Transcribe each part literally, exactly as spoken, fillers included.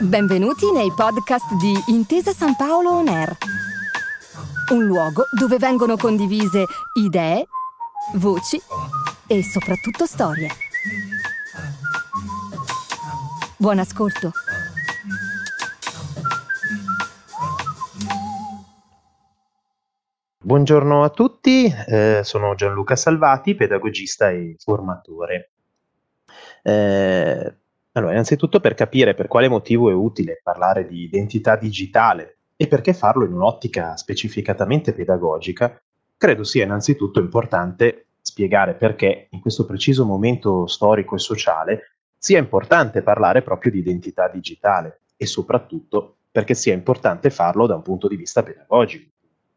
Benvenuti nei podcast di Intesa San Paolo On Air, un luogo dove vengono condivise idee, voci e soprattutto storie. Buon ascolto. Buongiorno a tutti, eh, sono Gianluca Salvati, pedagogista e formatore. Eh, allora, innanzitutto per capire per quale motivo è utile parlare di identità digitale e perché farlo in un'ottica specificatamente pedagogica, credo sia innanzitutto importante spiegare perché in questo preciso momento storico e sociale sia importante parlare proprio di identità digitale e soprattutto perché sia importante farlo da un punto di vista pedagogico.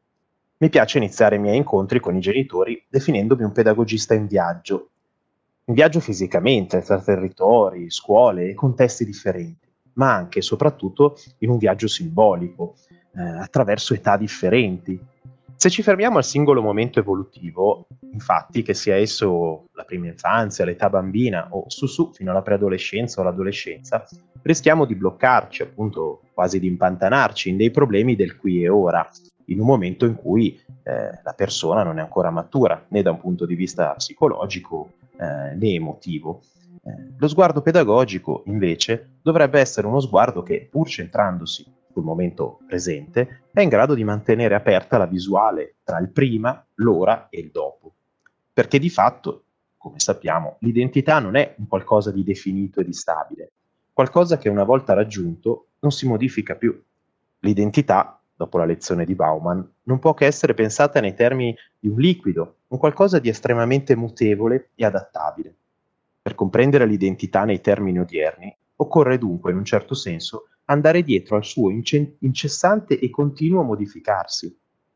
Mi piace iniziare i miei incontri con i genitori definendomi un pedagogista in viaggio. In viaggio fisicamente, tra territori, scuole e contesti differenti, ma anche e soprattutto in un viaggio simbolico, eh, attraverso età differenti. Se ci fermiamo al singolo momento evolutivo, infatti, che sia esso la prima infanzia, l'età bambina o su su fino alla preadolescenza o l'adolescenza, rischiamo di bloccarci, appunto quasi di impantanarci in dei problemi del qui e ora, in un momento in cui eh, la persona non è ancora matura, né da un punto di vista psicologico eh, né emotivo. Eh, lo sguardo pedagogico, invece, dovrebbe essere uno sguardo che, pur centrandosi sul momento presente, è in grado di mantenere aperta la visuale tra il prima, l'ora e il dopo. Perché di fatto, come sappiamo, l'identità non è un qualcosa di definito e di stabile, qualcosa che una volta raggiunto non si modifica più. L'identità, dopo la lezione di Bauman, non può che essere pensata nei termini di un liquido, un qualcosa di estremamente mutevole e adattabile. Per comprendere l'identità nei termini odierni, occorre dunque, in un certo senso, andare dietro al suo ince- incessante e continuo modificarsi.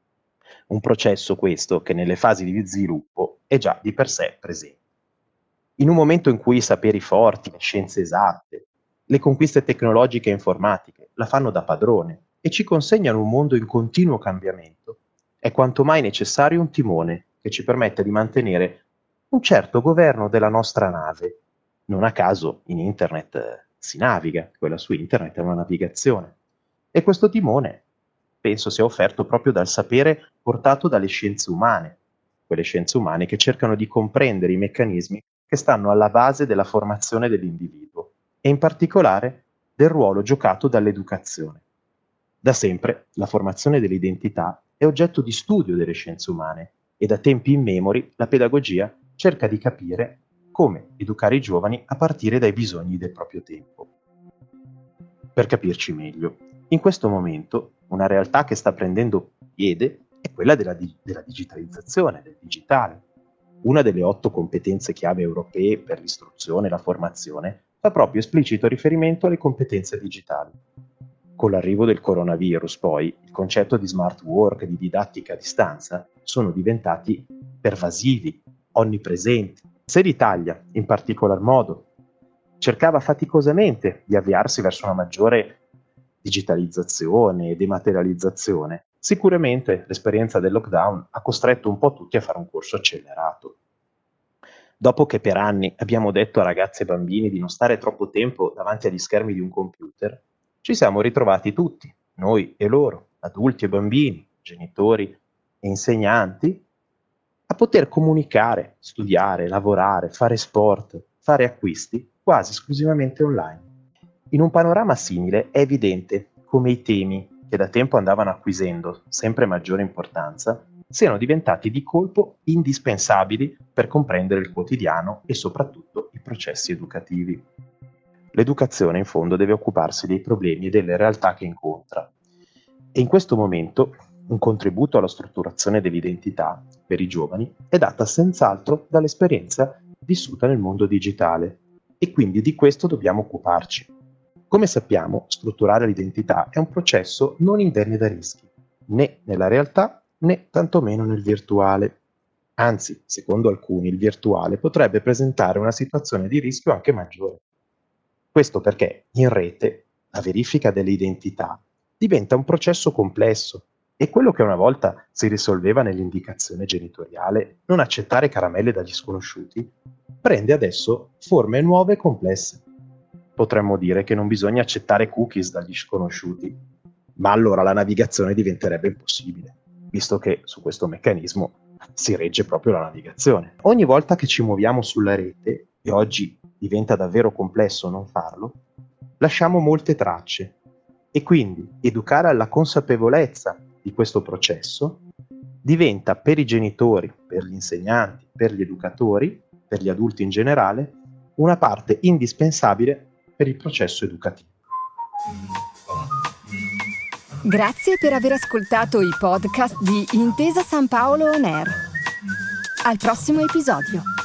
Un processo questo che nelle fasi di sviluppo è già di per sé presente. In un momento in cui i saperi forti, le scienze esatte, le conquiste tecnologiche e informatiche la fanno da padrone e ci consegnano un mondo in continuo cambiamento, è quanto mai necessario un timone che ci permetta di mantenere un certo governo della nostra nave. Non a caso in internet eh, si naviga, quella su internet è una navigazione. E questo timone penso sia offerto proprio dal sapere portato dalle scienze umane, quelle scienze umane che cercano di comprendere i meccanismi che stanno alla base della formazione dell'individuo e in particolare del ruolo giocato dall'educazione. Da sempre la formazione dell'identità è oggetto di studio delle scienze umane e da tempi immemori la pedagogia cerca di capire come educare i giovani a partire dai bisogni del proprio tempo. Per capirci meglio, in questo momento una realtà che sta prendendo piede è quella della, di- della digitalizzazione, del digitale. Una delle otto competenze chiave europee per l'istruzione e la formazione fa proprio esplicito riferimento alle competenze digitali. Con l'arrivo del coronavirus, poi, il concetto di smart work e di didattica a distanza sono diventati pervasivi, onnipresenti. Se l'Italia, in particolar modo, cercava faticosamente di avviarsi verso una maggiore digitalizzazione e dematerializzazione, sicuramente l'esperienza del lockdown ha costretto un po' tutti a fare un corso accelerato. Dopo che per anni abbiamo detto a ragazzi e bambini di non stare troppo tempo davanti agli schermi di un computer, ci siamo ritrovati tutti, noi e loro, adulti e bambini, genitori e insegnanti, a poter comunicare, studiare, lavorare, fare sport, fare acquisti quasi esclusivamente online. In un panorama simile è evidente come i temi, che da tempo andavano acquisendo sempre maggiore importanza, siano diventati di colpo indispensabili per comprendere il quotidiano e soprattutto i processi educativi. L'educazione, in fondo, deve occuparsi dei problemi e delle realtà che incontra. E in questo momento un contributo alla strutturazione dell'identità per i giovani è data senz'altro dall'esperienza vissuta nel mondo digitale e quindi di questo dobbiamo occuparci. Come sappiamo, strutturare l'identità è un processo non indenne da rischi, né nella realtà né tantomeno nel virtuale. Anzi, secondo alcuni, il virtuale potrebbe presentare una situazione di rischio anche maggiore. Questo perché in rete la verifica dell'identità diventa un processo complesso e quello che una volta si risolveva nell'indicazione genitoriale, non accettare caramelle dagli sconosciuti, prende adesso forme nuove e complesse. potremmo dire che non bisogna accettare cookies dagli sconosciuti, ma allora la navigazione diventerebbe impossibile, visto che su questo meccanismo si regge proprio la navigazione. Ogni volta che ci muoviamo sulla rete, e oggi diventa davvero complesso non farlo, lasciamo molte tracce e quindi educare alla consapevolezza di questo processo diventa per i genitori, per gli insegnanti, per gli educatori, per gli adulti in generale, una parte indispensabile per il processo educativo. Grazie per aver ascoltato i podcast di Intesa San Paolo On Air. Al prossimo episodio.